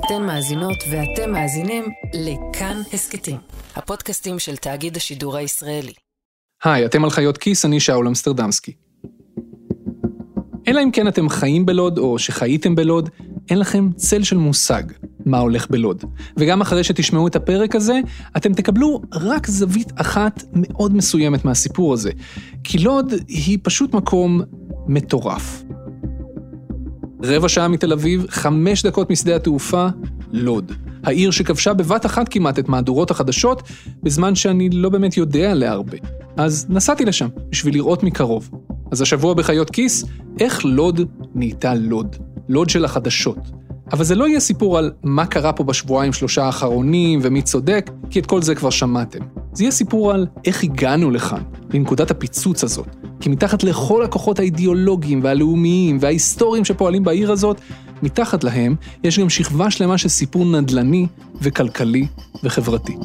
אתן מאזינות ואתם מאזינים לכאן הסקטים, הפודקאסטים של תאגיד השידור הישראלי. היי, אתם על חיות כיס, אני שאול אמסטרדמסקי. אלא אם כן אתם חיים בלוד או שחייתם בלוד, אין לכם צל של מושג מה הולך בלוד. וגם אחרי שתשמעו את הפרק הזה, אתם תקבלו רק זווית אחת מאוד מסוימת מהסיפור הזה. כי לוד היא פשוט מקום מטורף. רבע שעה מתל אביב, 5 דקות משדה התעופה, לוד. העיר שכבשה בבת אחת כמעט את מהדורות החדשות, בזמן שאני לא באמת יודע עליה הרבה. אז נסעתי לשם, בשביל לראות מקרוב. אז השבוע בחיות כיס, איך לוד נהייתה לוד. לוד של החדשות. אבל זה לא יהיה סיפור על מה קרה פה בשבועיים 3 האחרונים ומי צודק, כי את כל זה כבר שמעתם. זה יהיה סיפור על איך הגענו לכאן, לנקודת הפיצוץ הזאת. כי מתחת לכל הכוחות האידיאולוגיים והלאומיים וההיסטוריים שפועלים בעיר הזאת, מתחת להם יש גם שכבה שלמה של סיפור נדל"ני וכלכלי וחברתי.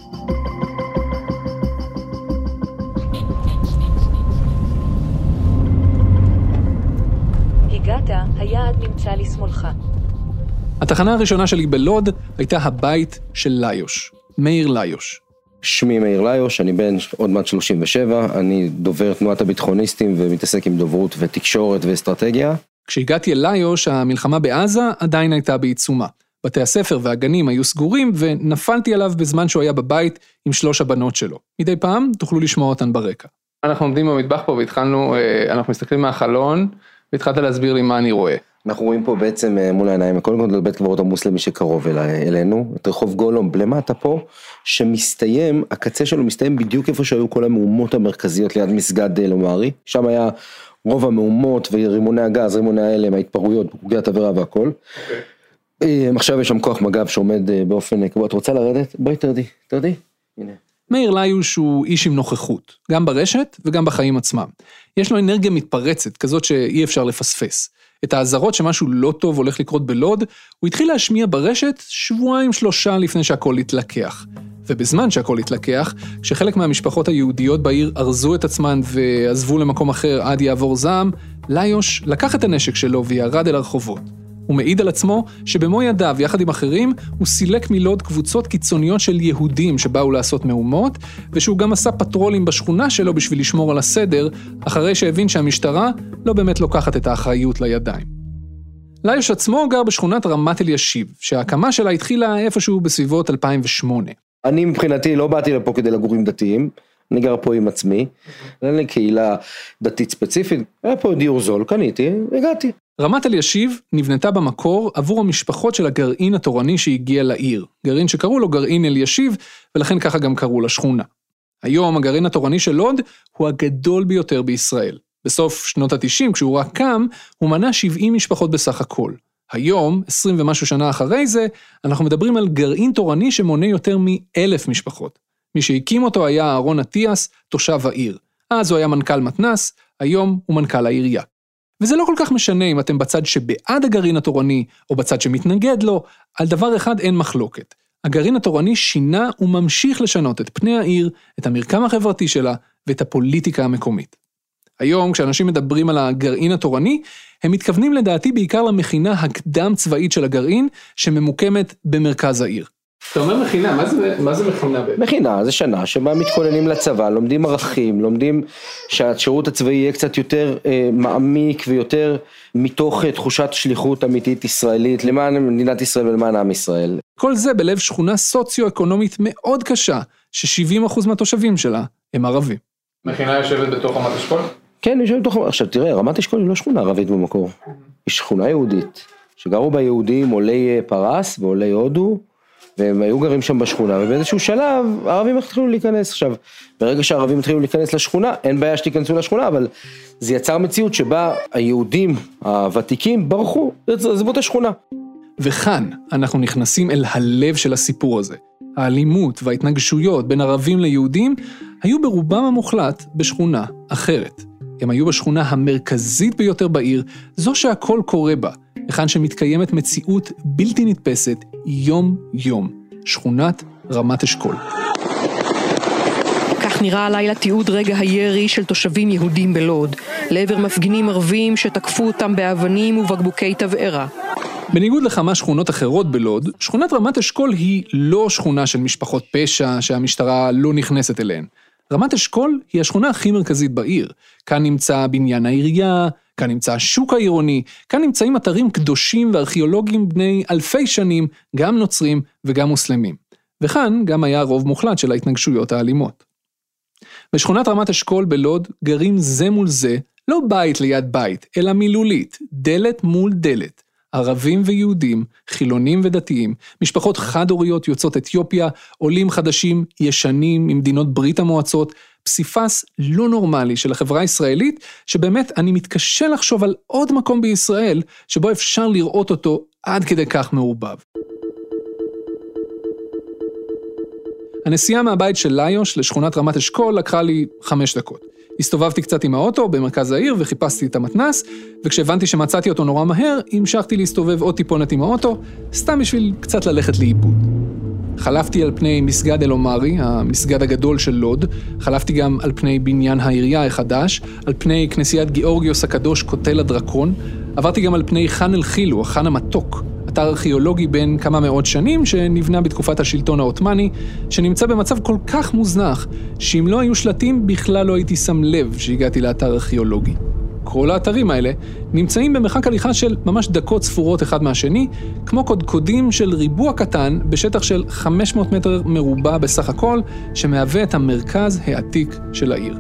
הגעת, היעד נמצא לשמאלך. התחנה הראשונה שלי בלוד הייתה הבית של ליוש, מאיר ליוש. שמי מאיר ליוש, אני בן עוד מעט 37, אני דובר תנועת הביטחוניסטים ומתעסק עם דוברות ותקשורת ואסטרטגיה. כשהגעתי אל ליוש, המלחמה בעזה עדיין הייתה בעיצומה. בתי הספר והגנים היו סגורים ונפלתי עליו בזמן שהוא היה בבית עם 3 הבנות שלו. מדי פעם תוכלו לשמוע אותן ברקע. אנחנו עומדים במטבח פה והתחלנו, אנחנו מסתכלים מהחלון והתחלת להסביר לי מה אני רואה. אנחנו רואים פה בעצם מול העיניים, קודם כל בית קברות המוסלמי שקרוב אלינו, את רחוב גולום למטה פה, שמסתיים, הקצה שלו מסתיים בדיוק איפה שהיו כל המהומות המרכזיות ליד מסגד אל-עומרי, שם היה רוב המהומות ורימוני הגז, רימוני האלם, ההתפרעויות, בקוגי התבערה והכל. עכשיו יש שם כוח מג"ב שעומד באופן קבוע, את רוצה לרדת? בואי תרדי, הנה. מאיר ליוש הוא איש עם נוכחות, גם ברשת וגם בחיים עצמם. יש לו אנרגיה מתפרצת, כזאת שאי אפשר לפספס. את האזהרות שמשהו לא טוב הולך לקרות בלוד, הוא התחיל להשמיע ברשת 2-3 לפני שהכל התלקח. ובזמן שהכל התלקח, כשחלק מהמשפחות היהודיות בעיר ארזו את עצמן ועזבו למקום אחר עד יעבור זעם, ליוש לקח את הנשק שלו וירד אל הרחובות. הוא מעיד על עצמו שבמו ידיו, יחד עם אחרים, הוא סילק מלוד קבוצות קיצוניות של יהודים שבאו לעשות מהומות, ושהוא גם עשה פטרולים בשכונה שלו בשביל לשמור על הסדר, אחרי שהבין שהמשטרה לא באמת לוקחת את האחריות לידיים. ליוש עצמו גר בשכונת רמת אלישיב, שההקמה שלה התחילה איפשהו בסביבות 2008. אני מבחינתי לא באתי לפה כדי לגור עם דתיים, אני גר פה עם עצמי, אין לי קהילה דתית ספציפית, היה פה דיור זול, קניתי, הגעתי. רמת אלישיב נבנתה במקור עבור המשפחות של הגרעין התורני שהגיע לעיר, גרעין שקראו לו גרעין אלישיב, ולכן ככה גם קראו לשכונה. היום הגרעין התורני של לוד הוא הגדול ביותר בישראל. בסוף שנות ה-90, כשהוא רק קם, הוא מנה 70 משפחות בסך הכל. היום, 20 ומשהו שנה אחרי זה, אנחנו מדברים על גרעין תורני שמונה יותר מ1,000 משפחות. מי שהקים אותו היה אהרון אטיאס, תושב העיר. אז הוא היה מנכ"ל מתנ"ס, היום הוא מנכ"ל העירייה. וזה לא כל כך משנה אם אתם בצד שבעד הגרעין התורני, או בצד שמתנגד לו, על דבר אחד אין מחלוקת. הגרעין התורני שינה וממשיך לשנות את פני העיר, את המרקם החברתי שלה, ואת הפוליטיקה המקומית. היום, כשאנשים מדברים על הגרעין התורני, הם מתכוונים לדעתי בעיקר למכינה הקדם צבאית של הגרעין, שממוקמת במרכז העיר. אתה אומר מכינה, מה זה מכינה בעצם? מכינה, זה שנה שבה מתכוננים לצבא, לומדים ערכים, לומדים שהשירות הצבאי יהיה קצת יותר מעמיק ויותר מתוך תחושת שליחות אמיתית ישראלית למען מדינת ישראל ולמען עם ישראל. כל זה בלב שכונה סוציו-אקונומית מאוד קשה, ש70% מהתושבים שלה הם ערבים. מכינה יושבת בתוך רמת אשכול? כן, יושבת בתוך, עכשיו תראה, רמת אשכול היא לא שכונה ערבית במקור, היא שכונה יהודית, שגרו בה יהודים עולי פרס ועולי הודו, והם היו גרים שם בשכונה, ובאיזשהו שלב, הערבים התחילו להיכנס. עכשיו, ברגע שהערבים התחילו להיכנס לשכונה, אין בעיה שתיכנסו לשכונה, אבל זה יצר מציאות שבה היהודים הוותיקים ברחו, עזבו את השכונה. וכאן אנחנו נכנסים אל הלב של הסיפור הזה. האלימות וההתנגשויות בין ערבים ליהודים היו ברובם המוחלט בשכונה אחרת. הם היו בשכונה המרכזית ביותר בעיר, זו שהכל קורה בה, היכן שמתקיימת מציאות בלתי נתפסת יום-יום, שכונת רמת אשכול. כך נראה הלילה תיעוד רגע הירי של תושבים יהודים בלוד, לעבר מפגינים ערבים שתקפו אותם באבנים ובקבוקי תבערה. בניגוד לכמה שכונות אחרות בלוד, שכונת רמת אשכול היא לא שכונה של משפחות פשע שהמשטרה לא נכנסת אליהן. רמת אשכול היא השכונה הכי מרכזית בעיר. כאן נמצא בניין העירייה, כאן נמצא השוק העירוני, כאן נמצאים אתרים קדושים וארכיאולוגיים בני אלפי שנים, גם נוצרים וגם מוסלמים. וכאן גם היה רוב מוחלט של ההתנגשויות האלימות. בשכונת רמת אשכול בלוד גרים זה מול זה, לא בית ליד בית, אלא מילולית, דלת מול דלת. ערבים ויהודים, חילונים ודתיים, משפחות חד-הוריות יוצאות אתיופיה, עולים חדשים, ישנים ממדינות ברית המועצות, פסיפס לא נורמלי של החברה הישראלית, שבאמת אני מתקשה לחשוב על עוד מקום בישראל, שבו אפשר לראות אותו עד כדי כך מעורבב. הנסיעה מהבית של ליוש לשכונת רמת אשכול לקחה לי 5 דקות. הסתובבתי קצת עם האוטו במרכז העיר וחיפשתי את המתנס, וכשהבנתי שמצאתי אותו נורא מהר, המשכתי להסתובב עוד טיפונת עם האוטו, סתם בשביל קצת ללכת לאיבוד. חלפתי על פני מסגד אל-אומרי, המסגד הגדול של לוד, חלפתי גם על פני בניין העירייה החדש, על פני כנסיית גיאורגיוס הקדוש כותל הדרקון, עברתי גם על פני חאן אל-חילו, החאן המתוק, אתר ארכיאולוגי בין כמה מאות שנים שנבנה בתקופת השלטון העות'מאני, שנמצא במצב כל כך מוזנח, שאם לא היו שלטים בכלל לא הייתי שם לב שהגעתי לאתר ארכיאולוגי. כל האתרים האלה נמצאים במרחק הליכה של ממש דקות ספורות אחד מהשני, כמו קודקודים של ריבוע קטן בשטח של 500 מטר מרובע בסך הכל, שמהווה את המרכז העתיק של העיר.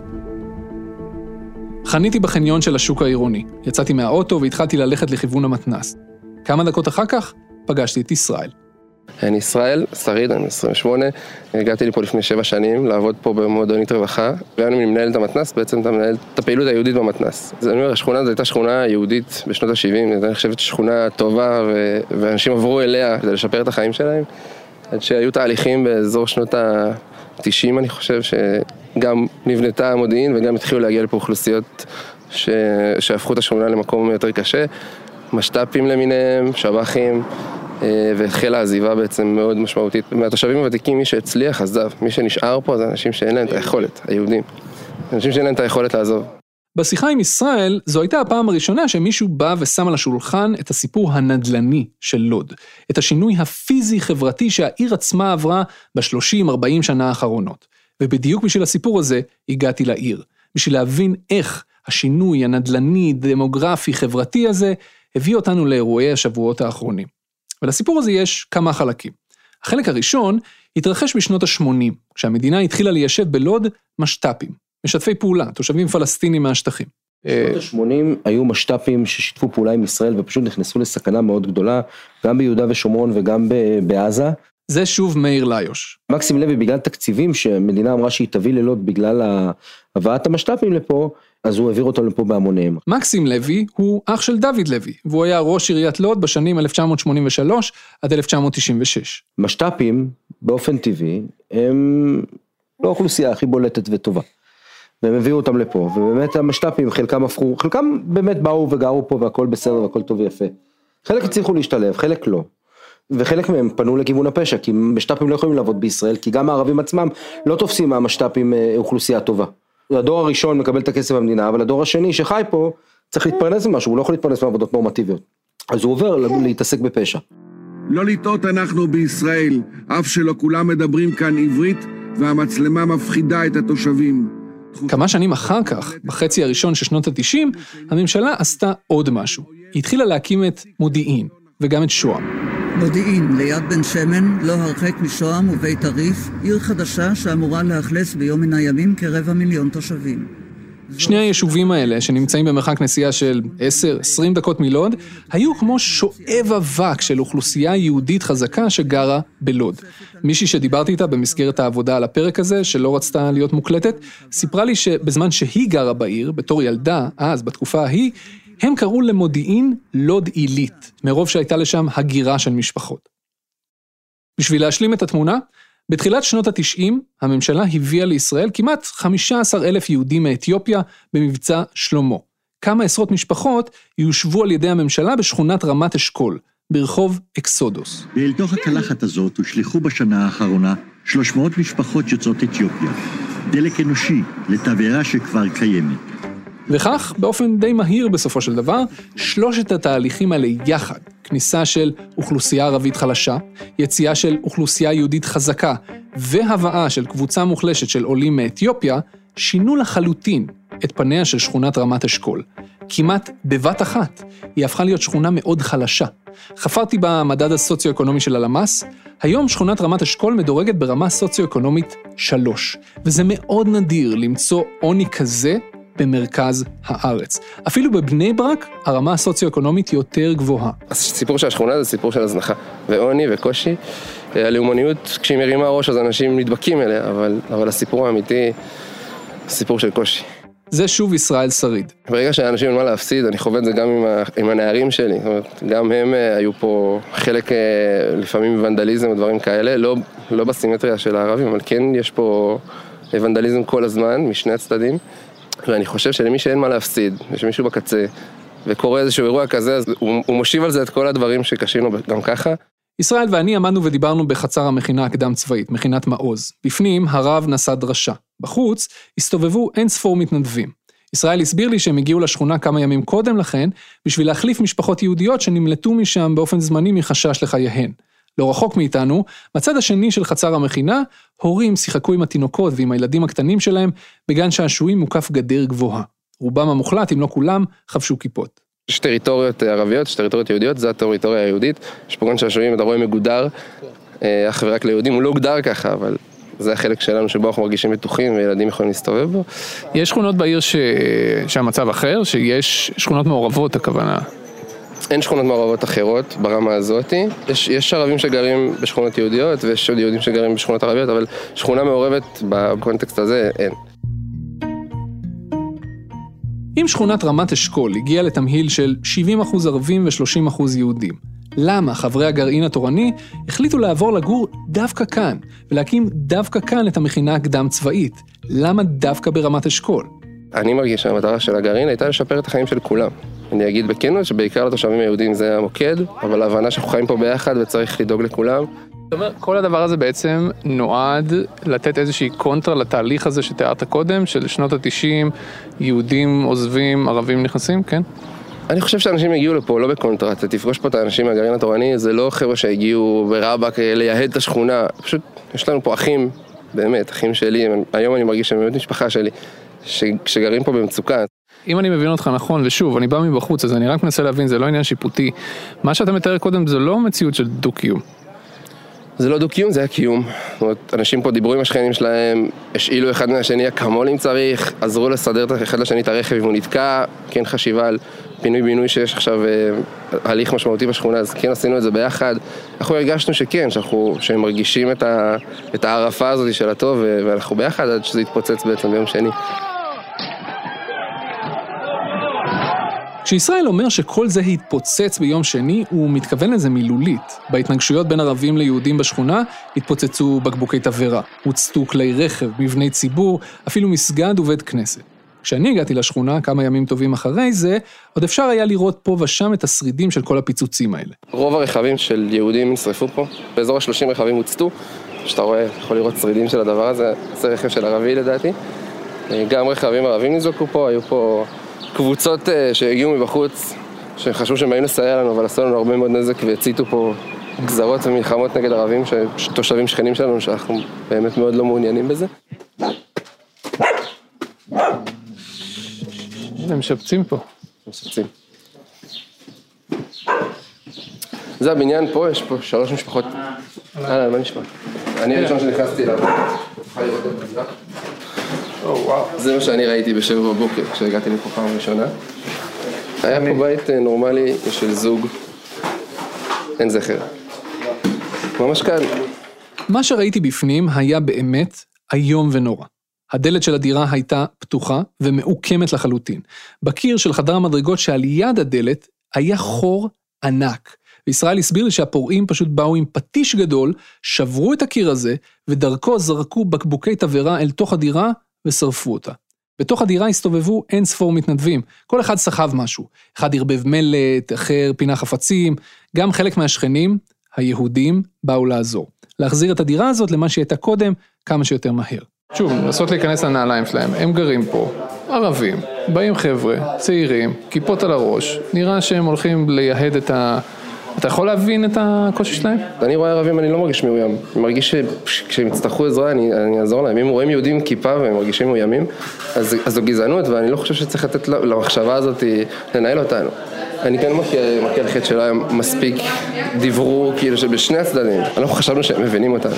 חניתי בחניון של השוק העירוני, יצאתי מהאוטו והתחלתי ללכת לכיוון המתנס. כמה דקות אחר כך פגשתי את ישראל. אני ישראל, שריד, אני 28, הגעתי לי פה לפני 7 שנים לעבוד פה במועדונית רווחה, ואני מנהל את המתנס, בעצם אתה מנהל את הפעילות היהודית במתנס. אז אני אומר, השכונה הזו הייתה שכונה יהודית בשנות ה-70, אני חושבת שכונה טובה, ואנשים עברו אליה כדי לשפר את החיים שלהם, עד שהיו תהליכים באזור שנות ה-90, אני חושב, שגם נבנתה המודיעין וגם התחילו להגיע לפה אוכלוסיות שהפכו את השכונה למקום יותר קשה, משת"פים למיניהם, שב"חים, והתחילה העזיבה בעצם מאוד משמעותית. מהתושבים הוותיקים, מי שהצליח עזב, מי שנשאר פה זה אנשים שאין להם את היכולת, היהודים. אנשים שאין להם את היכולת לעזוב. בשיחה עם ישראל, זו הייתה הפעם הראשונה שמישהו בא ושם על השולחן את הסיפור הנדלני של לוד. את השינוי הפיזי-חברתי שהעיר עצמה עברה ב-30-40 שנה האחרונות. ובדיוק בשביל הסיפור הזה הגעתי לעיר. בשביל להבין איך השינוי הנדלני, דמוגרפי, חברתי הזה, הביא אותנו לאירועי השבועות האחרונים. ולסיפור הזה יש כמה חלקים. החלק הראשון התרחש בשנות ה-80, כשהמדינה התחילה ליישב בלוד משת"פים, משתפי פעולה, תושבים פלסטינים מהשטחים. בשנות ה-80 היו משת"פים ששיתפו פעולה עם ישראל ופשוט נכנסו לסכנה מאוד גדולה, גם ביהודה ושומרון וגם בעזה. זה שוב מאיר ליוש. מקסים לוי, בגלל תקציבים שהמדינה אמרה שהיא תביא ללוד בגלל הבאת המשת"פים לפה, אז הוא העביר אותו לפה בהמוניהם. מקסים לוי הוא אח של דוד לוי, והוא היה ראש עיריית לוד בשנים 1983 עד 1996. משת"פים, באופן טבעי, הם לא האוכלוסייה הכי בולטת וטובה. והם הביאו אותם לפה, ובאמת המשת"פים, חלקם באמת באו וגרו פה והכל בסדר והכל טוב ויפה. חלק הצליחו להשתלב, חלק לא. וחלק מהם פנו לכיוון הפשע, כי משת"פים לא יכולים לעבוד בישראל, כי גם הערבים עצמם לא תופסים מהמשת"פים אוכלוסייה טובה. הדור הראשון מקבל את הכסף במדינה, אבל הדור השני שחי פה צריך להתפרנס ממשהו, הוא לא יכול להתפרנס מעבודות נורמטיביות. אז הוא עובר להתעסק בפשע. לא לטעות, אנחנו בישראל, אף שלא כולם מדברים כאן עברית, והמצלמה מפחידה את התושבים. כמה שנים אחר כך, בחצי הראשון של שנות ה-90, הממשלה עשתה עוד משהו. היא התחילה להקים את מודיעין, וגם את שוהם. מודיעין, ליד בן שמן, לא הרחק משוהם ובית עריף, עיר חדשה שאמורה לאכלס ביום מן הימים כ250,000 תושבים. שני היישובים האלה, שנמצאים במרחק נסיעה של 10-20 דקות מלוד, היו כמו שואב אבק של אוכלוסייה יהודית חזקה שגרה בלוד. מישהי שדיברתי איתה במסגרת העבודה על הפרק הזה, שלא רצתה להיות מוקלטת, סיפרה לי שבזמן שהיא גרה בעיר, בתור ילדה, אז בתקופה ההיא, הם קראו למודיעין לוד עילית, מרוב שהייתה לשם הגירה של משפחות. בשביל להשלים את התמונה, בתחילת שנות ה-90, הממשלה הביאה לישראל כמעט 15,000 יהודים מאתיופיה במבצע שלמה. כמה עשרות משפחות יושבו על ידי הממשלה בשכונת רמת אשכול, ברחוב אקסודוס. ואל תוך הקלחת הזאת הושלחו בשנה האחרונה 300 משפחות יוצאות אתיופיה. דלק אנושי לתבערה שכבר קיימת. וכך, באופן די מהיר בסופו של דבר, 3 התהליכים האלה יחד, כניסה של אוכלוסייה ערבית חלשה, יציאה של אוכלוסייה יהודית חזקה, והבאה של קבוצה מוחלשת של עולים מאתיופיה, שינו לחלוטין את פניה של שכונת רמת אשכול. כמעט בבת אחת, היא הפכה להיות שכונה מאוד חלשה. חפרתי במדד הסוציו-אקונומי של הלמ"ס, היום שכונת רמת אשכול מדורגת ברמה סוציו-אקונומית 3, וזה מאוד נדיר למצוא עוני כזה במרכז הארץ. אפילו בבני ברק, הרמה הסוציו-אקונומית יותר גבוהה. הסיפור של השכונה זה סיפור של הזנחה, ועוני וקושי. הלאומניות, כשהיא מרימה ראש, אז אנשים נדבקים אליה, אבל הסיפור האמיתי, סיפור של קושי. זה שוב ישראל שריד. ברגע שהאנשים אין מה להפסיד, אני חווה את זה גם עם הנערים שלי. זאת אומרת, גם הם היו פה חלק לפעמים ונדליזם ודברים כאלה, לא בסימטריה של הערבים, אבל כן יש פה ונדליזם כל הזמן, משני הצדדים. ואני חושב שלמי שאין מה להפסיד, יש מישהו בקצה, וקורה איזשהו אירוע כזה, אז הוא מושיב על זה את כל הדברים שקשים לו גם ככה. ישראל ואני עמדנו ודיברנו בחצר המכינה הקדם צבאית, מכינת מעוז. בפנים הרב נשא דרשה. בחוץ הסתובבו אין ספור מתנדבים. ישראל הסביר לי שהם הגיעו לשכונה כמה ימים קודם לכן, בשביל להחליף משפחות יהודיות שנמלטו משם באופן זמני מחשש לחייהן. לא רחוק מאיתנו, בצד השני של חצר המכינה, הורים שיחקו עם התינוקות ועם הילדים הקטנים שלהם, בגן שעשועים מוקף גדר גבוהה. רובם המוחלט, אם לא כולם, חבשו כיפות. יש טריטוריות ערביות, יש טריטוריות יהודיות, זה הטריטוריה היהודית. יש פה גן שעשועים, אתה רואה מגודר, אך ורק ליהודים, הוא לא גודר ככה, אבל זה החלק שלנו שבו אנחנו מרגישים בטוחים וילדים יכולים להסתובב בו. יש שכונות בעיר שהמצב אחר, שיש שכונות מעורבות, הכוונה. אין שכונות מעורבות אחרות ברמה הזאת. יש ערבים שגרים בשכונות יהודיות, ויש עוד יהודים שגרים בשכונות ערביות, אבל שכונה מעורבת בקונטקסט הזה אין. אם שכונת רמת אשכול הגיעה לתמהיל של 70% ערבים ו30% יהודים, למה חברי הגרעין התורני החליטו לעבור לגור דווקא כאן, ולהקים דווקא כאן את המכינה הקדם צבאית? למה דווקא ברמת אשכול? אני מרגיש שהמטרה של הגרעין הייתה לשפר את החיים של כולם. אני אגיד בכנות שבעיקר לתושבים היהודים זה המוקד, אבל ההבנה שאנחנו חיים פה ביחד וצריך לדאוג לכולם. זאת אומרת, כל הדבר הזה בעצם נועד לתת איזושהי קונטרה לתהליך הזה שתיארת קודם, של שנות ה-90, יהודים עוזבים, ערבים נכנסים, כן? אני חושב שאנשים הגיעו לפה לא בקונטרה, אתה תפגוש פה את האנשים מהגרעין התורני, זה לא חבר'ה שהגיעו ברבק לייהד את השכונה, פשוט יש לנו פה אחים, באמת, אחים שלי, היום אני מרגיש שהם באמת משפחה שלי, שגרים פה במצוקה. אם אני מבין אותך נכון, ושוב, אני בא מבחוץ, אז אני רק מנסה להבין, זה לא עניין שיפוטי. מה שאתה מתאר קודם, זה לא מציאות של דו-קיום. זה לא דו-קיום, זה היה קיום. זאת אומרת, אנשים פה דיברו עם השכנים שלהם, השאילו אחד מהשני אקמול אם צריך, עזרו לסדר אחד לשני את הרכב אם הוא נתקע, כן חשיבה על פינוי-בינוי שיש עכשיו הליך משמעותי בשכונה, אז כן עשינו את זה ביחד. אנחנו הרגשנו שכן, שהם מרגישים את הערפה הזאת של הטוב, ואנחנו ביחד עד שזה יתפוצץ בעצם ביום שני. כשישראל אומר שכל זה התפוצץ ביום שני, הוא מתכוון לזה מילולית. בהתנגשויות בין ערבים ליהודים בשכונה, התפוצצו בקבוקי תבערה, הוצתו כלי רכב, מבני ציבור, אפילו מסגד ובית כנסת. כשאני הגעתי לשכונה, כמה ימים טובים אחרי זה, עוד אפשר היה לראות פה ושם את השרידים של כל הפיצוצים האלה. רוב הרכבים של יהודים נשרפו פה, באזור ה-30 רכבים הוצתו, שאתה רואה, יכול לראות שרידים של הדבר הזה, זה רכב של ערבי לדעתי. גם רכבים ערבים נזרקו פה, היו פה קבוצות שהגיעו מבחוץ, שחשבו שהם היו לסייע לנו, אבל עשו לנו הרבה מאוד נזק והציתו פה גזרות ומלחמות נגד ערבים, תושבים שכנים שלנו, שאנחנו באמת מאוד לא מעוניינים בזה. הם משפצים פה. משפצים. זה הבניין פה, יש פה 3 משפחות. מה נשמע? אני הראשון שנכנסתי אליו. תוכל לראות את זה. זה מה שאני ראיתי ב7 בבוקר, כשהגעתי לפה פעם ראשונה. היה פה בית נורמלי של זוג, אין זכר. ממש קל. מה שראיתי בפנים היה באמת איום ונורא. הדלת של הדירה הייתה פתוחה ומעוקמת לחלוטין. בקיר של חדר המדרגות שעל יד הדלת היה חור ענק. וישראל הסביר לי שהפורעים פשוט באו עם פטיש גדול, שברו את הקיר הזה, ודרכו זרקו בקבוקי תבערה אל תוך הדירה ושרפו אותה. בתוך הדירה הסתובבו אין ספור מתנדבים, כל אחד סחב משהו. אחד הרבב מלט, אחר פינה חפצים, גם חלק מהשכנים, היהודים, באו לעזור. להחזיר את הדירה הזאת למה שהייתה קודם, כמה שיותר מהר. שוב, נסות להיכנס לנעליים שלהם, הם גרים פה, ערבים, באים חבר'ה, צעירים, כיפות על הראש, נראה שהם הולכים לייהד אתה יכול להבין את הקושי שלהם? אני רואה ערבים, אני לא מרגיש מאוים. אני מרגיש שכשהם יצטרכו עזרה, אני אעזור להם. אם רואים יהודים כיפה והם מרגישים מאוימים, אז זו גזענות, ואני לא חושב שצריך לתת למחשבה הזאת לנהל אותנו. אני כן מכיר לחץ שלא היה מספיק דיברו, כאילו שבשני הצדדים. אנחנו חשבנו שהם מבינים אותנו.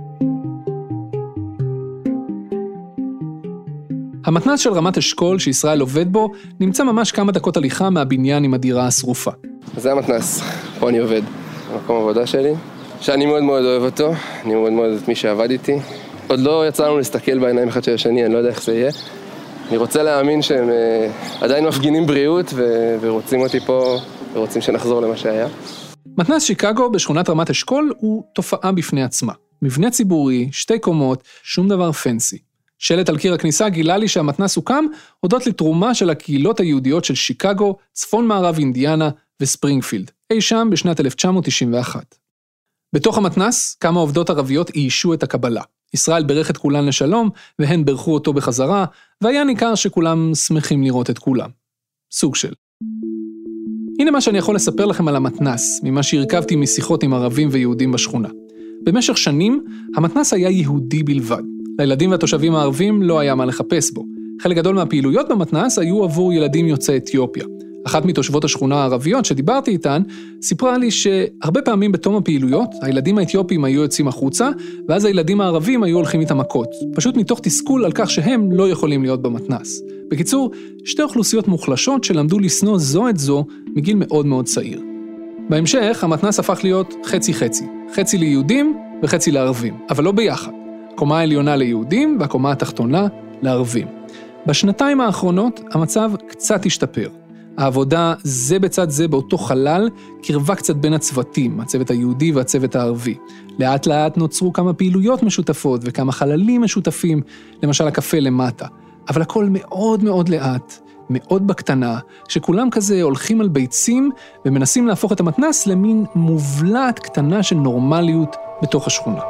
המתנ"ס של רמת אשכול שישראל עובד בו, נמצא ממש כמה דקות הליכה מהבניין עם הדירה השרופה. זה המתנ"ס, פה אני עובד. המקום העבודה שלי, שאני מאוד מאוד אוהב אותו, אני מאוד מאוד אוהב את מי שעבד איתי. עוד לא יצא לנו להסתכל בעיניים אחד של השני, אני לא יודע איך זה יהיה. אני רוצה להאמין שהם עדיין מפגינים בריאות ורוצים אותי פה ורוצים שנחזור למה שהיה. מתנ"ס שיקגו בשכונת רמת אשכול הוא תופעה בפני עצמה. מבנה ציבורי, 2 קומות, שום דבר פנסי. שלט על קיר הכניסה גילה לי שהמתנ"ס הוקם הודות לתרומה של הקהילות היהודיות של שיקגו, צפון מערב אינדיאנה וספרינגפילד, אי שם בשנת 1991. בתוך המתנ"ס כמה עובדות ערביות איישו את הקבלה. ישראל ברך את כולן לשלום, והן ברכו אותו בחזרה, והיה ניכר שכולם שמחים לראות את כולם. סוג של. הנה מה שאני יכול לספר לכם על המתנ"ס, ממה שהרכבתי משיחות עם ערבים ויהודים בשכונה. במשך שנים, המתנ"ס היה יהודי בלבד. לילדים והתושבים הערבים לא היה מה לחפש בו. חלק גדול מהפעילויות במתנ"ס היו עבור ילדים יוצאי אתיופיה. אחת מתושבות השכונה הערביות שדיברתי איתן, סיפרה לי שהרבה פעמים בתום הפעילויות, הילדים האתיופיים היו יוצאים החוצה, ואז הילדים הערבים היו הולכים איתם מכות, פשוט מתוך תסכול על כך שהם לא יכולים להיות במתנ"ס. בקיצור, 2 אוכלוסיות מוחלשות שלמדו לשנוא זו את זו מגיל מאוד מאוד צעיר. בהמשך, המתנ"ס הפך להיות חצי-חצי, חצי ליהודים וחצי לערבים, אבל לא ביחד. הקומה העליונה ליהודים והקומה התחתונה לערבים. בשנתיים האחרונות המצב קצת השתפר. העבודה זה בצד זה באותו חלל קרבה קצת בין הצוותים, הצוות היהודי והצוות הערבי. לאט לאט נוצרו כמה פעילויות משותפות וכמה חללים משותפים, למשל הקפה למטה. אבל הכל מאוד מאוד לאט, מאוד בקטנה, שכולם כזה הולכים על ביצים ומנסים להפוך את המתנ"ס למין מובלעת קטנה של נורמליות בתוך השכונה.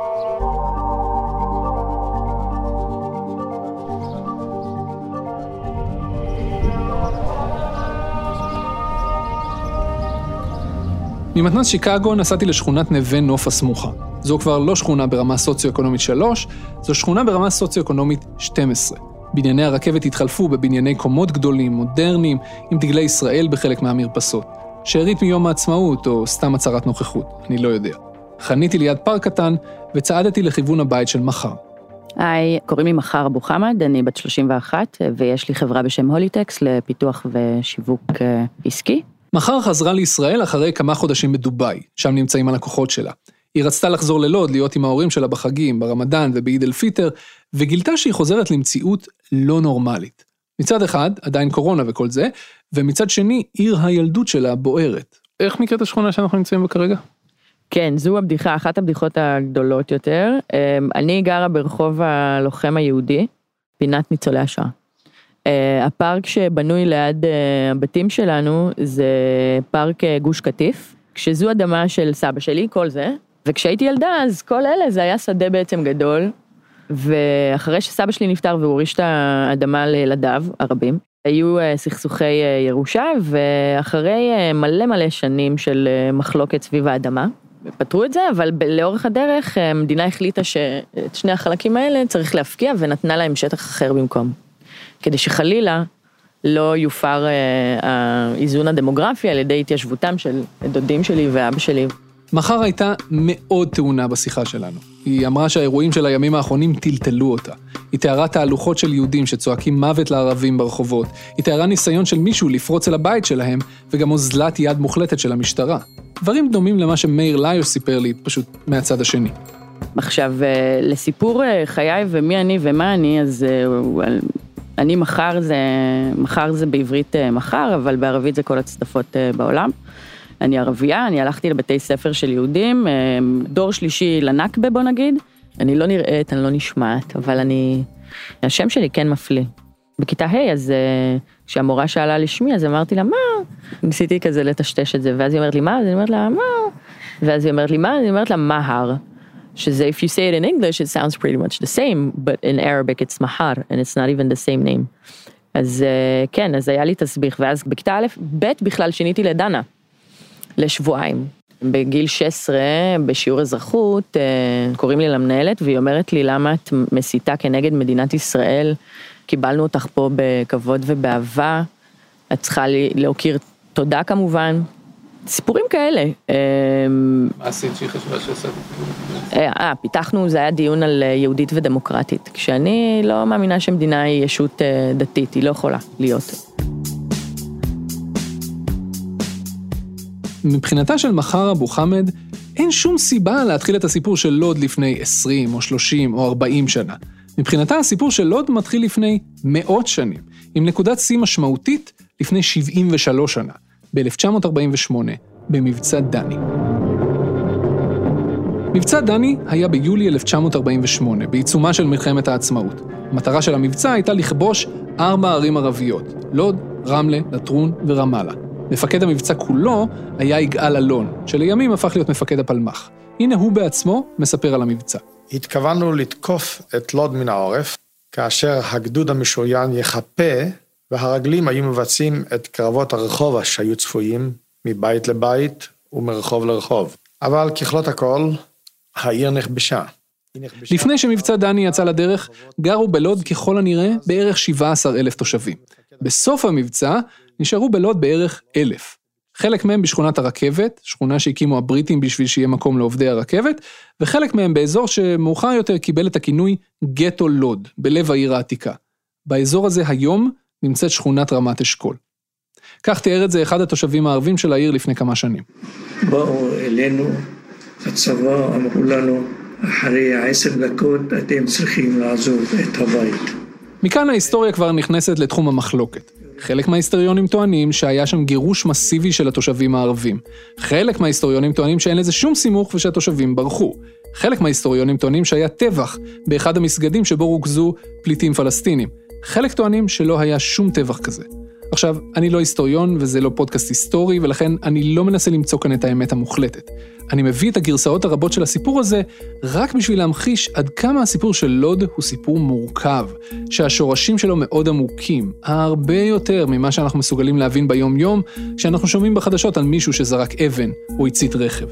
ממתנ"ס שיקגו נסעתי לשכונת נווה נוף הסמוכה. זו כבר לא שכונה ברמה סוציו-אקונומית 3, זו שכונה ברמה סוציו-אקונומית 12. בנייני הרכבת התחלפו בבנייני קומות גדולים, מודרניים, עם דגלי ישראל בחלק מהמרפסות. שארית מיום העצמאות או סתם הצהרת נוכחות, אני לא יודע. חניתי ליד פארק קטן וצעדתי לכיוון הבית של מחר. היי, קוראים לי מחר אבו חמד, אני בת 31 ויש לי חברה בשם הוליטקס לפיתוח ושיווק עסקי. מחר חזרה לישראל אחרי כמה חודשים בדוביי, שם נמצאים הלקוחות שלה. היא רצתה לחזור ללוד, להיות עם ההורים שלה בחגים, ברמדאן ובעיד אל פיטר, וגילתה שהיא חוזרת למציאות לא נורמלית. מצד אחד, עדיין קורונה וכל זה, ומצד שני, עיר הילדות שלה בוערת. איך נקראת השכונה שאנחנו נמצאים בה כרגע? כן, זו הבדיחה, אחת הבדיחות הגדולות יותר. אני גרה ברחוב הלוחם היהודי, פינת ניצולי השואה. הפארק שבנוי ליד הבתים שלנו זה פארק גוש קטיף, כשזו אדמה של סבא שלי, כל זה, וכשהייתי ילדה אז כל אלה זה היה שדה בעצם גדול, ואחרי שסבא שלי נפטר והוא הוריש את האדמה לילדיו הרבים, היו סכסוכי ירושה, ואחרי מלא שנים של מחלוקת סביב האדמה, פתרו את זה, אבל לאורך הדרך המדינה החליטה שאת שני החלקים האלה צריך להפקיע ונתנה להם שטח אחר במקום. כדי שחלילה לא יופר האיזון הדמוגרפי על ידי התיישבותם של דודים שלי ואבא שלי. מחר הייתה מאוד טעונה בשיחה שלנו. היא אמרה שהאירועים של הימים האחרונים טלטלו אותה. היא תיארה תהלוכות של יהודים שצועקים מוות לערבים ברחובות. היא תיארה ניסיון של מישהו לפרוץ אל הבית שלהם, וגם אוזלת יד מוחלטת של המשטרה. דברים דומים למה שמאיר ליוש סיפר לי, פשוט מהצד השני. עכשיו, לסיפור חיי ומי אני ומה אני, אז אני מחר זה בעברית מחר, אבל בערבית זה כל הצדפות בעולם. אני ערבייה, אני הלכתי לבתי ספר של יהודים, דור שלישי לנקבה בוא נגיד. אני לא נראית, אני לא נשמעת, אבל השם שלי כן מפליא. בכיתה ה' אז כשהמורה שאלה לשמי, אז אמרתי לה, מה? ניסיתי כזה לטשטש את זה, ואז היא אומרת לי, מה? אז אני אומרת לה, מה? ואז היא אומרת לי, מה? אני אומרת לה, מהר. שזה, if you say it in English, it sounds pretty much the same, but in Arabic it's mahar, and it's not even the same name. אז כן, אז היה לי תסביך, ואז בכיתה א', ב' בכלל שיניתי לדנה, לשבועיים. בגיל 16, בשיעור אזרחות, קוראים לי למנהלת, והיא אומרת לי, למה את מסיתה כנגד מדינת ישראל? קיבלנו אותך פה בכבוד ובאהבה, את צריכה להוקיר תודה כמובן. סיפורים כאלה. מה עשית שהיא חשבה שעשית? פיתחנו, זה היה דיון על יהודית ודמוקרטית, כשאני לא מאמינה שמדינה היא ישות דתית, היא לא יכולה להיות. מבחינתה של מחר אבו חמד, אין שום סיבה להתחיל את הסיפור של לוד לפני 20 או 30 או 40 שנה. מבחינתה הסיפור של לוד מתחיל לפני מאות שנים, עם נקודת שיא משמעותית לפני 73 שנה, ב-1948, במבצע דני. מבצע דני היה ביולי 1948, בעיצומה של מלחמת העצמאות. המטרה של המבצע הייתה לכבוש 4 ערים ערביות, לוד, רמלה, לטרון ורמאללה. מפקד המבצע כולו היה יגאל אלון, שלימים הפך להיות מפקד הפלמ"ח. הנה הוא בעצמו מספר על המבצע. התכוונו לתקוף את לוד מן העורף, כאשר הגדוד המשוריין יחפה, והרגלים היו מבצעים את קרבות הרחוב שהיו צפויים, מבית לבית ומרחוב לרחוב. אבל ככלות הכל, העיר נכבשה. לפני שמבצע דני יצא לדרך, גרו בלוד ככל הנראה בערך 17,000 תושבים. בסוף המבצע נשארו בלוד בערך 1,000. חלק מהם בשכונת הרכבת, שכונה שהקימו הבריטים בשביל שיהיה מקום לעובדי הרכבת, וחלק מהם באזור שמאוחר יותר קיבל את הכינוי גטו לוד, בלב העיר העתיקה. באזור הזה היום נמצאת שכונת רמת אשכול. כך תיאר את זה אחד התושבים הערבים של העיר לפני כמה שנים. באו אלינו, הצבא אמרו לנו, אחרי 10 דקות אתם צריכים לעזוב את הבית. מכאן ההיסטוריה כבר נכנסת לתחום המחלוקת. חלק מההיסטוריונים טוענים שהיה שם גירוש מסיבי של התושבים הערבים. חלק מההיסטוריונים טוענים שאין לזה שום סימוך ושהתושבים ברחו. חלק מההיסטוריונים טוענים שהיה טבח באחד המסגדים שבו רוכזו פליטים פלסטינים. חלק טוענים שלא היה שום טבח כזה. עכשיו, אני לא היסטוריון וזה לא פודקאסט היסטורי, ולכן אני לא מנסה למצוא כאן את האמת המוחלטת. אני מביא את הגרסאות הרבות של הסיפור הזה רק בשביל להמחיש עד כמה הסיפור של לוד הוא סיפור מורכב, שהשורשים שלו מאוד עמוקים, הרבה יותר ממה שאנחנו מסוגלים להבין ביום יום, שאנחנו שומעים בחדשות על מישהו שזרק אבן או הצית רכב.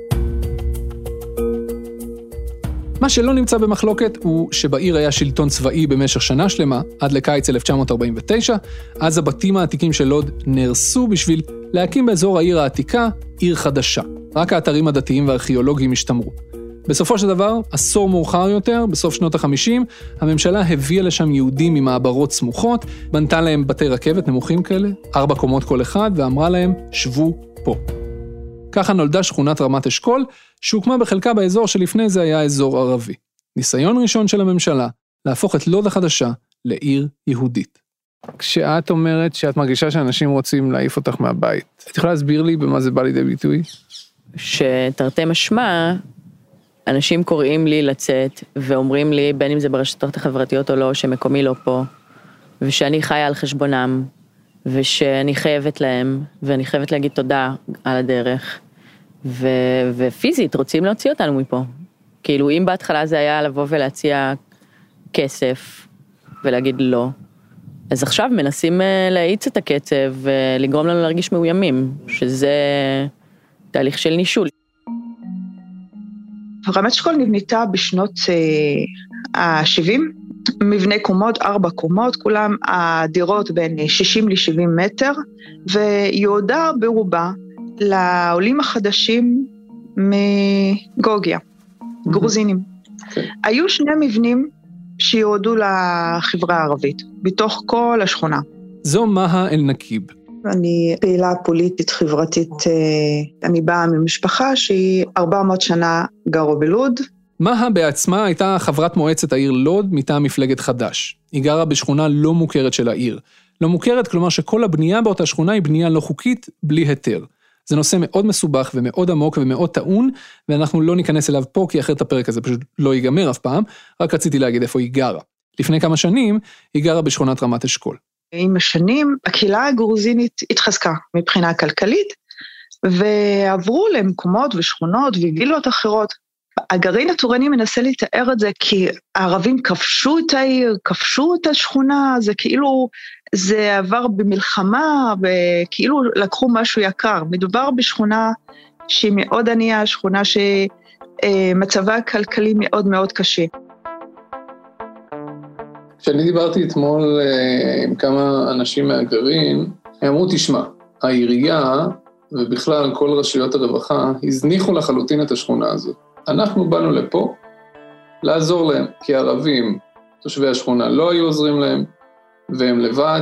מה שלא נמצא במחלוקת הוא שבעיר היה שלטון צבאי במשך שנה שלמה, עד לקיץ 1949, אז הבתים העתיקים של לוד נהרסו בשביל להקים באזור העיר העתיקה עיר חדשה. רק האתרים הדתיים והארכיאולוגיים השתמרו. בסופו של דבר, עשור מאוחר יותר, בסוף שנות ה-50, הממשלה הביאה לשם יהודים ממעברות סמוכות, בנתה להם בתי רכבת נמוכים כאלה, 4 קומות כל אחד, ואמרה להם, שבו פה. ככה נולדה שכונת רמת אשכול, שהוקמה בחלקה באזור שלפני זה היה אזור ערבי. ניסיון ראשון של הממשלה, להפוך את לוד החדשה לעיר יהודית. כשאת אומרת שאת מרגישה שאנשים רוצים להעיף אותך מהבית, את יכולה להסביר לי במה זה בא לידי ביטוי? שתרתי משמע, אנשים קוראים לי לצאת, ואומרים לי, בין אם זה ברשתות החברתיות או לא, שמקומי לא פה, ושאני חיה על חשבונם, ושאני חייבת להם, ואני חייבת להגיד תודה על הדרך, ופיזית רוצים להוציא אותנו מפה. כאילו, אם בהתחלה זה היה לבוא ולהציע כסף, ולהגיד לא, אז עכשיו מנסים להאיץ את הקצב, ולגרום לנו להרגיש מאוימים, שזה תהליך של נישול. רמת אשכול נבנתה בשנות ה-70, מבנה קומות, 4 קומות, כולם הדירות בין 60 ל-70 מטר, ויועדה ברובה לעולים החדשים מגוגיה, גרוזינים. היו 2 מבנים שיועדו לחברה הערבית, בתוך כל השכונה. זו מהה אל-נקיב. אני פעילה פוליטית חברתית, אני באה ממשפחה שהיא 400 שנה גרו בלוד. מהה בעצמה הייתה חברת מועצת העיר לוד מטעם מפלגת חדש. היא גרה בשכונה לא מוכרת של העיר. לא מוכרת, כלומר שכל הבנייה באותה שכונה היא בנייה לא חוקית, בלי היתר. זה נושא מאוד מסובך ומאוד עמוק ומאוד טעון, ואנחנו לא ניכנס אליו פה, כי אחרת הפרק הזה פשוט לא ייגמר אף פעם, רק רציתי להגיד איפה היא גרה. לפני כמה שנים, היא גרה בשכונת רמת אשכול. עם השנים, הקהילה הגרוזינית התחזקה מבחינה כלכלית, ועברו למקומות ושכונות ווילות אחרות. הגרעין התורני מנסה לתאר את זה, כי הערבים כבשו את העיר, כבשו את השכונה, זה כאילו, זה עבר במלחמה, וכאילו לקחו משהו יקר. מדובר בשכונה שהיא מאוד ענייה, שכונה שמצבה הכלכלי מאוד מאוד קשה. כשאני דיברתי אתמול עם כמה אנשים מהגרעין, הם אמרו, תשמע, העירייה ובכלל כל רשויות הרווחה הזניחו לחלוטין את השכונה הזאת. אנחנו באנו לפה לעזור להם, כי הערבים, תושבי השכונה, לא היו עוזרים להם, והם לבד.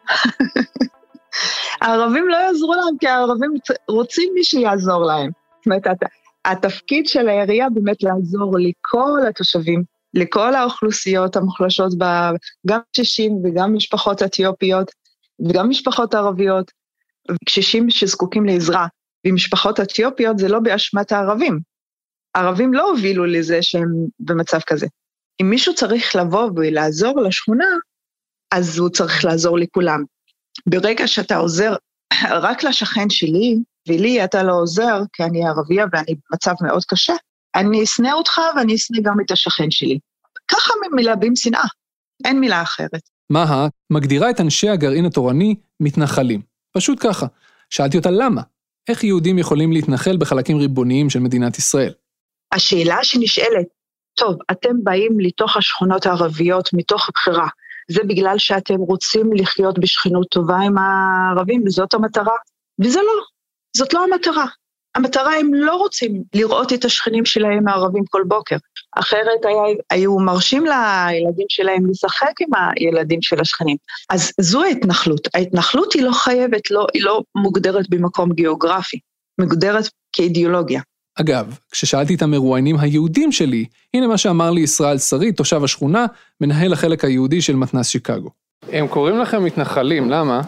הערבים לא יעזרו להם, כי הערבים רוצים מי שיעזור להם. זאת אומרת, התפקיד של העירייה באמת לעזור לכל התושבים, לכל האוכלוסיות המוחלשות, גם קשישים וגם משפחות אתיופיות, וגם משפחות ערביות, קשישים שזקוקים לעזרה, ומשפחות אתיופיות זה לא באשמת הערבים. הערבים לא הובילו לזה שהם במצב כזה. אם מישהו צריך לבוא ולעזור לשכונה, אז הוא צריך לעזור לכולם. ברגע שאתה עוזר רק לשכן שלי, ולי אתה לא עוזר, כי אני ערבייה ואני במצב מאוד קשה, אני אסנה אותך ואני אסנה גם את השכן שלי. ככה מלבים שנאה, אין מילה אחרת. מהה מגדירה את אנשי הגרעין התורני מתנחלים. פשוט ככה. שאלתי אותה למה? איך יהודים יכולים להתנחל בחלקים ריבוניים של מדינת ישראל? השאלה שנשאלת, טוב, אתם באים לתוך השכונות הערביות מתוך הבחירה, זה בגלל שאתם רוצים לחיות בשכנות טובה עם הערבים, וזאת המטרה? וזה לא, זאת לא המטרה. המטרה הם לא רוצים לראות את השכנים שלהם הערבים כל בוקר, אחרת היו מרשים לילדים שלהם לשחק עם הילדים של השכנים. אז זו ההתנחלות. ההתנחלות היא לא חייבת, היא לא מוגדרת במקום גיאוגרפי, מוגדרת כאידיאולוגיה. אגב, כששאלתי את המרואיינים היהודים שלי, הנה מה שאמר לי ישראל שריד, תושב השכונה, מנהל החלק היהודי של מתנ"ס שיקגו. הם קוראים לכם מתנחלים, למה?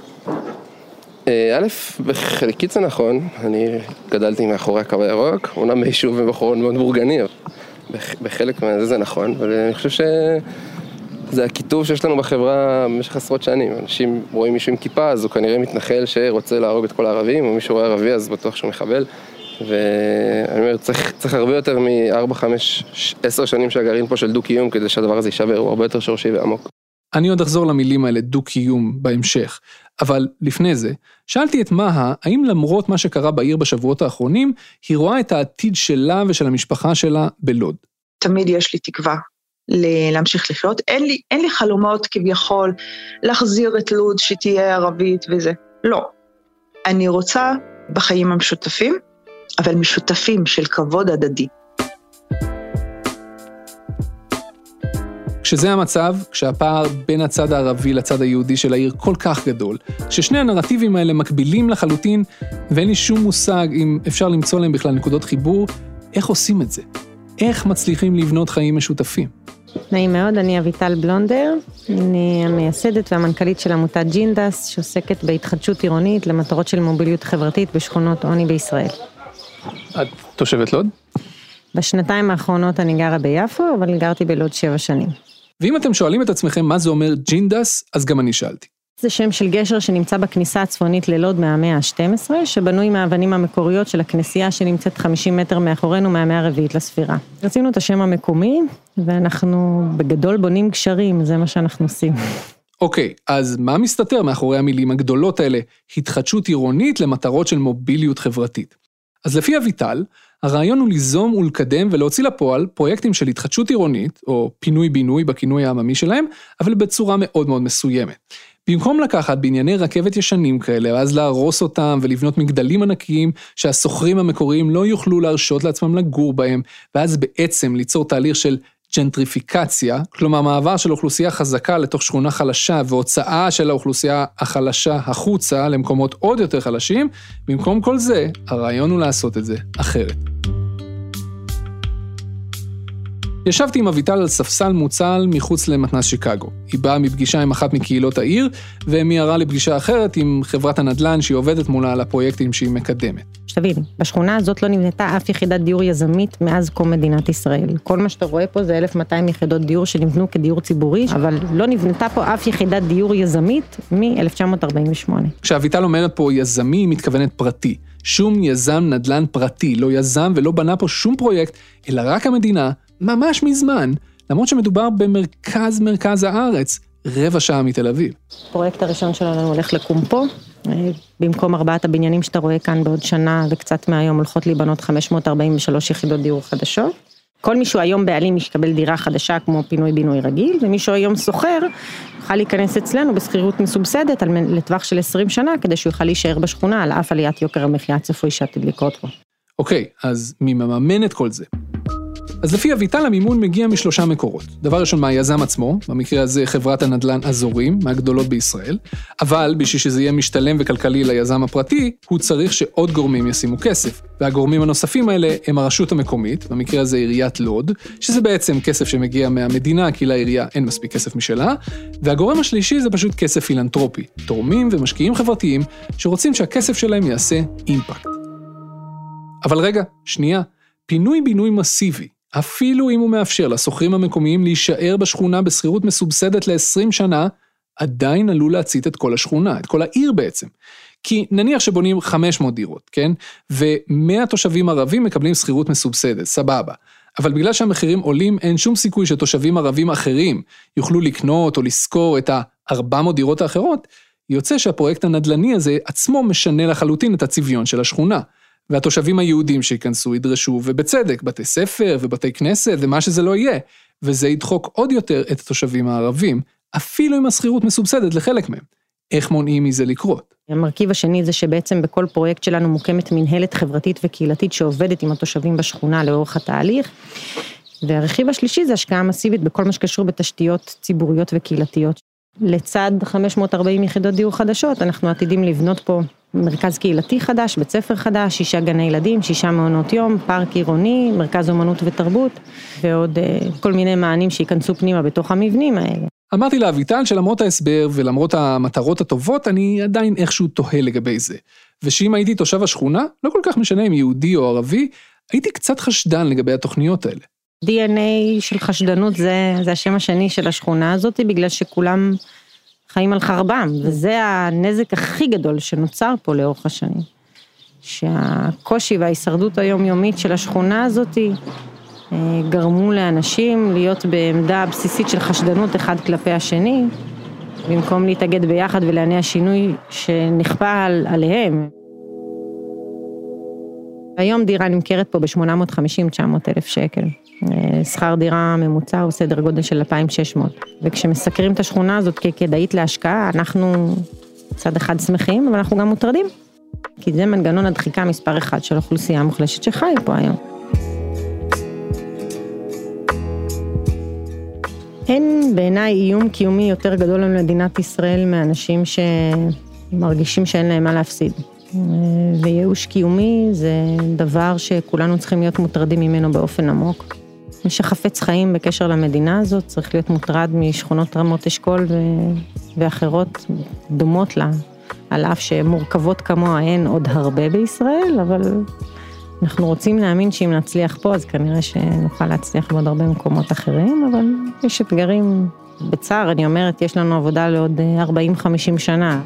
א', בחלקית זה נכון, אני גדלתי מאחורי הקו הירוק, אומנם ביישוב ובחורון מאוד בורגני, בחלק מהזה זה נכון, אבל אני חושב שזה הכיתוב שיש לנו בחברה במשך עשרות שנים. אנשים רואים מישהו עם כיפה, אז הוא כנראה מתנחל שרוצה להרוג את כל הערבים, או מישהו רואה ערבי, אז בטוח שהוא מחבל. ואני אומר, צריך הרבה יותר מ-4, 5, 10 שנים שהגרעין פה של דו-קיום, כדי שהדבר הזה יישבר, הוא הרבה יותר שורשי ועמוק. אני עוד אחזור למילים האלה, דו-קיום, בהמשך. אבל לפני זה, שאלתי את מהה, האם למרות מה שקרה בעיר בשבועות האחרונים, היא רואה את העתיד שלה ושל המשפחה שלה בלוד. תמיד יש לי תקווה להמשיך לחיות. אין לי חלומות כביכול להחזיר את לוד שתהיה ערבית וזה. לא. אני רוצה בחיים המשותפים, אבל משותפים של כבוד הדדי. כשזה המצב, כשהפער בין הצד הערבי לצד היהודי של העיר כל כך גדול, כששני הנרטיבים האלה מקבילים לחלוטין, ואין לי שום מושג אם אפשר למצוא להם בכלל נקודות חיבור, איך עושים את זה? איך מצליחים לבנות חיים משותפים? נעים מאוד, אני אביטל בלונדר, אני המייסדת והמנכ"לית של עמותת ג'ינדס, שעוסקת בהתחדשות עירונית למטרות של מוביליות חברתית בשכונות עוני בישראל. את תושבת לוד? בשנתיים האחרונות אני גרה ביפו, אבל גרתי בלוד 7 שנים. ואם אתם שואלים את עצמכם מה זה אומר ג'ינדס, אז גם אני שאלתי. זה שם של גשר שנמצא בכניסה הצפונית ללוד מהמאה ה-12, שבנוי מהאבנים המקוריות של הכנסייה שנמצאת 50 מטר מאחורינו מהמאה הרביעית לספירה. רצינו את השם המקומי, ואנחנו בגדול בונים גשרים, זה מה שאנחנו עושים. אוקיי, אז מה מסתתר מאחורי המילים הגדולות האלה? התחדשות עירונית למטרות של מוביליות חברתית. אז לפי אביטל, הרעיון הוא ליזום ולקדם ולהוציא לפועל פרויקטים של התחדשות עירונית, או פינוי-בינוי בכינוי העממי שלהם, אבל בצורה מאוד מאוד מסוימת. במקום לקחת בענייני רכבת ישנים כאלה, ואז להרוס אותם ולבנות מגדלים ענקיים שהסוחרים המקוריים לא יוכלו להרשות לעצמם לגור בהם, ואז בעצם ליצור תהליך של ג'נטריפיקציה, כלומר מעבר של אוכלוסייה חזקה לתוך שכונה חלשה, והוצאה של האוכלוסייה החלשה החוצה למקומות עוד יותר חלשים, במקום כל זה, הרעיון הוא לעשות את זה אחרת. ישבתי עם אביטל על ספסל מוצל מחוץ למתנ"ס שיקגו. היא באה מפגישה עם אחת מקהילות העיר, ומיירה לפגישה אחרת עם חברת הנדל"ן שהיא עובדת מולה על הפרויקטים שהיא מקדמת. שתבין, בשכונה הזאת לא נבנתה אף יחידת דיור יזמית מאז קום מדינת ישראל. כל מה שאתה רואה פה זה 1,200 יחידות דיור שנבנו כדיור ציבורי, אבל לא נבנתה פה אף יחידת דיור יזמית מ-1948. כשאביטל אומרת פה יזמי, היא מתכוונת פרטי. שום יזם נדל"ן פרטי, לא יזם ולא בנה פה שום פרויקט, אלא רק המדינה, ממש מזמן, למרות שמדובר במרכז הארץ, 15 דקות מתל אביב. הפרויקט הראשון שלנו הולך לקום פה, במקום 4 הבניינים שאתה רואה כאן בעוד שנה וקצת מהיום הולכות להיבנות 543 יחידות דיור חדשות. כל מישהו היום בעלים יקבל דירה חדשה כמו פינוי בינוי רגיל, ומישהו היום סוחר יוכל להיכנס אצלנו בסחירות מסובסדת לטווח של 20 שנה, כדי שהוא יוכל להישאר בשכונה על אף עליית יוקר המחיה הצפוי שעתיד לקרות פה. אוקיי, אז מי מממן את כל זה? אז לפי אביטל המימון מגיע מ3 מקורות. דבר ראשון מהיזם עצמו, במקרה הזה חברת הנדל"ן אזורים, מהגדולות בישראל, אבל בשביל שזה יהיה משתלם וכלכלי ליזם הפרטי, הוא צריך שעוד גורמים ישימו כסף. והגורמים הנוספים האלה הם הרשות המקומית, במקרה הזה עיריית לוד, שזה בעצם כסף שמגיע מהמדינה, כי לעירייה אין מספיק כסף משלה, והגורם השלישי זה פשוט כסף פילנטרופי, תורמים ומשקיעים חברתיים שרוצים שהכסף שלהם יעשה אימפקט. אבל רגע, שנייה, פינוי בינוי מסיבי, אפילו אם הוא מאפשר לסוחרים המקומיים להישאר בשכונה בסחירות מסובסדת ל-20 שנה, עדיין עלול להצית את כל השכונה, את כל העיר בעצם. כי נניח שבונים 500 דירות, כן? ו100 תושבים ערבים מקבלים סחירות מסובסדת, סבבה. אבל בגלל שהמחירים עולים, אין שום סיכוי שתושבים ערבים אחרים יוכלו לקנות או לשכור את ה-400 דירות האחרות, יוצא שהפרויקט הנדל"ני הזה עצמו משנה לחלוטין את הצביון של השכונה. והתושבים היהודים שיכנסו ידרשו, ובצדק, בתי ספר ובתי כנסת ומה שזה לא יהיה, וזה ידחוק עוד יותר את התושבים הערבים, אפילו אם הסחירות מסובסדת לחלק מהם. איך מונעים מזה לקרות? המרכיב השני זה שבעצם בכל פרויקט שלנו מוקמת מנהלת חברתית וקהילתית שעובדת עם התושבים בשכונה לאורך התהליך, והרכיב השלישי זה השקעה מסיבית בכל מה שקשור בתשתיות ציבוריות וקהילתיות. לצד 540 יחידות דיור חדשות, אנחנו עתידים לבנות פה מרכז קהילתי חדש, בית ספר חדש, 6 גני ילדים, 6 מעונות יום, פארק עירוני, מרכז אומנות ותרבות, ועוד כל מיני מענים שיכנסו פנימה בתוך המבנים האלה. אמרתי לאביטל שלמרות ההסבר ולמרות המטרות הטובות, אני עדיין איכשהו תוהה לגבי זה. ושאם הייתי תושב השכונה, לא כל כך משנה אם יהודי או ערבי, הייתי קצת חשדן לגבי התוכניות האלה. DNA של חשדנות זה השם השני של השכונה הזאת, בגלל שכולם חיים על חרבם, וזה הנזק הכי גדול שנוצר פה לאורך השנים. שהקושי וההישרדות היומיומית של השכונה הזאת גרמו לאנשים להיות בעמדה בסיסית של חשדנות אחד כלפי השני, במקום להתאגד ביחד ולעני השינוי שנכפה עליהם. היום דירה נמכרת פה ב-850-900 אלף שקל. שכר דירה ממוצע הוא סדר גודל של 2,600. וכשמסקרים את השכונה הזאת ככדאית להשקעה, אנחנו צד אחד שמחים, אבל אנחנו גם מוטרדים. כי זה מנגנון הדחיקה מספר 1 של אוכלוסייה מוחלשת שחיה פה היום. אין בעיניי איום קיומי יותר גדול למדינת ישראל מאנשים שמרגישים שאין להם מה להפסיד. וייאוש קיומי זה דבר שכולנו צריכים להיות מוטרדים ממנו באופן עמוק. מי שחפץ חיים בקשר למדינה הזאת צריך להיות מוטרד משכונות רמות אשכול ואחרות דומות לה, על אף שמורכבות כמוה אין עוד הרבה בישראל, אבל אנחנו רוצים להאמין שאם נצליח פה, אז כנראה שנוכל להצליח בעוד הרבה מקומות אחרים, אבל יש אתגרים בצער, אני אומרת, יש לנו עבודה לעוד 40-50 שנה.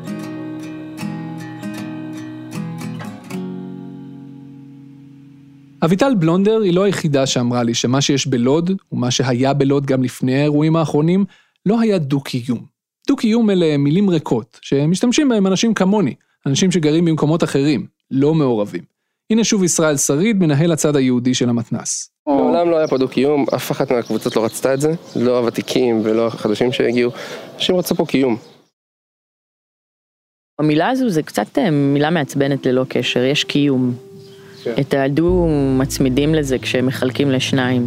אביטל בלונדר היא לא היחידה שאמרה לי שמה שיש בלוד, ומה שהיה בלוד גם לפני האירועים האחרונים, לא היה דו-קיום. דו-קיום אלה מילים ריקות, שמשתמשים בהם אנשים כמוני, אנשים שגרים במקומות אחרים, לא מעורבים. הנה שוב ישראל שריד, מנהל הצד היהודי של המתנ"ס. בעולם לא היה פה דו-קיום, אף אחת מהקבוצות לא רצתה את זה, לא הוותיקים ולא החדשים שהגיעו, אנשים רצו פה קיום. המילה הזו זה קצת מילה מעצבנת ללא קשר, יש קיום. את הדו מצמידים לזה כשהם מחלקים לשניים.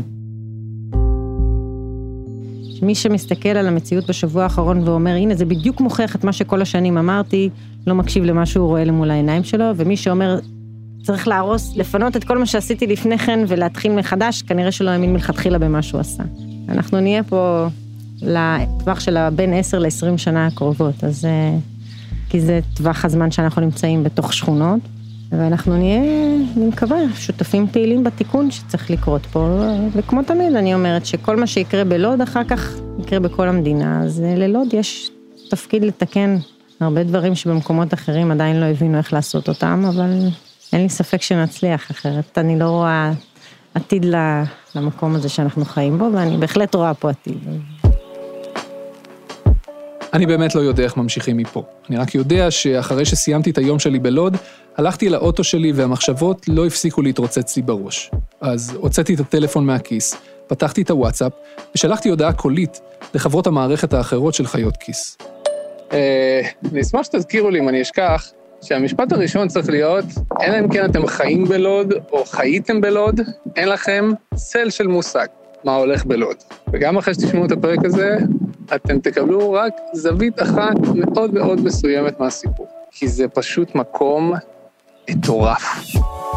מי שמסתכל על המציאות בשבוע האחרון ואומר, הנה זה בדיוק מוכיח את מה שכל השנים אמרתי, לא מקשיב למה שהוא רואה למול העיניים שלו, ומי שאומר, צריך להרוס, לפנות את כל מה שעשיתי לפני כן ולהתחיל מחדש, כנראה שלא האמין מלכתחילה במה שהוא עשה. אנחנו נהיה פה לטווח של בין 10 ל-20 שנה הקרובות, אז כי זה טווח הזמן שאנחנו נמצאים בתוך שכונות, ואנחנו נהיה, אני מקווה, שותפים פעילים בתיקון שצריך לקרות פה, וכמו תמיד אני אומרת שכל מה שיקרה בלוד אחר כך יקרה בכל המדינה, אז ללוד יש תפקיד לתקן הרבה דברים שבמקומות אחרים עדיין לא הבינו איך לעשות אותם, אבל אין לי ספק שנצליח אחרת, אני לא רואה עתיד למקום הזה שאנחנו חיים בו, ואני בהחלט רואה פה עתיד. אני באמת לא יודע איך ממשיכים מפה. אני רק יודע שאחרי שסיימתי את היום שלי בלוד, הלכתי לאוטו שלי והמחשבות לא הפסיקו להתרוצץ לי בראש. אז הוצאתי את הטלפון מהכיס, פתחתי את הוואטסאפ ושלחתי הודעה קולית לחברות המערכת האחרות של חיות כיס. אני אשמח שתזכירו לי אם אני אשכח, שהמשפט הראשון צריך להיות, אלא אם כן אתם חיים בלוד או חייתם בלוד, אין לכם צל של מושג מה הולך בלוד. וגם אחרי שתשמעו את הפרק הזה, אתם תקבלו רק זווית אחת מאוד מאוד מסוימת מהסיפור. כי זה פשוט מקום מטורף.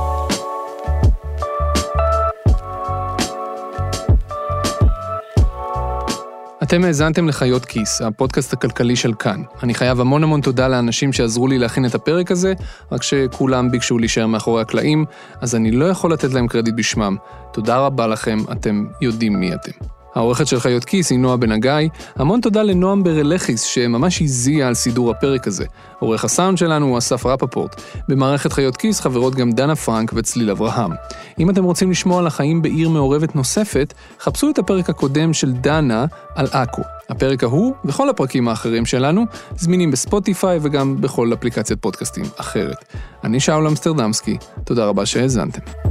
אתם האזנתם לחיות כיס, הפודקאסט הכלכלי של כאן. אני חייב המון תודה לאנשים שעזרו לי להכין את הפרק הזה, רק שכולם ביקשו להישאר מאחורי הקלעים, אז אני לא יכול לתת להם קרדיט בשמם. תודה רבה לכם, אתם יודעים מי אתם. העורכת של חיות כיס היא נועה בן הגיא, המון תודה לנועם ברלכיס שממש הזיע על סידור הפרק הזה. עורך הסאונד שלנו הוא אסף רפפורט. במערכת חיות כיס חברות גם דנה פרנק וצליל אברהם. אם אתם רוצים לשמוע על החיים בעיר מעורבת נוספת, חפשו את הפרק הקודם של דנה על אקו. הפרק ההוא וכל הפרקים האחרים שלנו זמינים בספוטיפיי וגם בכל אפליקציית פודקאסטים אחרת. אני שאול אמסטרדמסקי, תודה רבה שהאזנתם.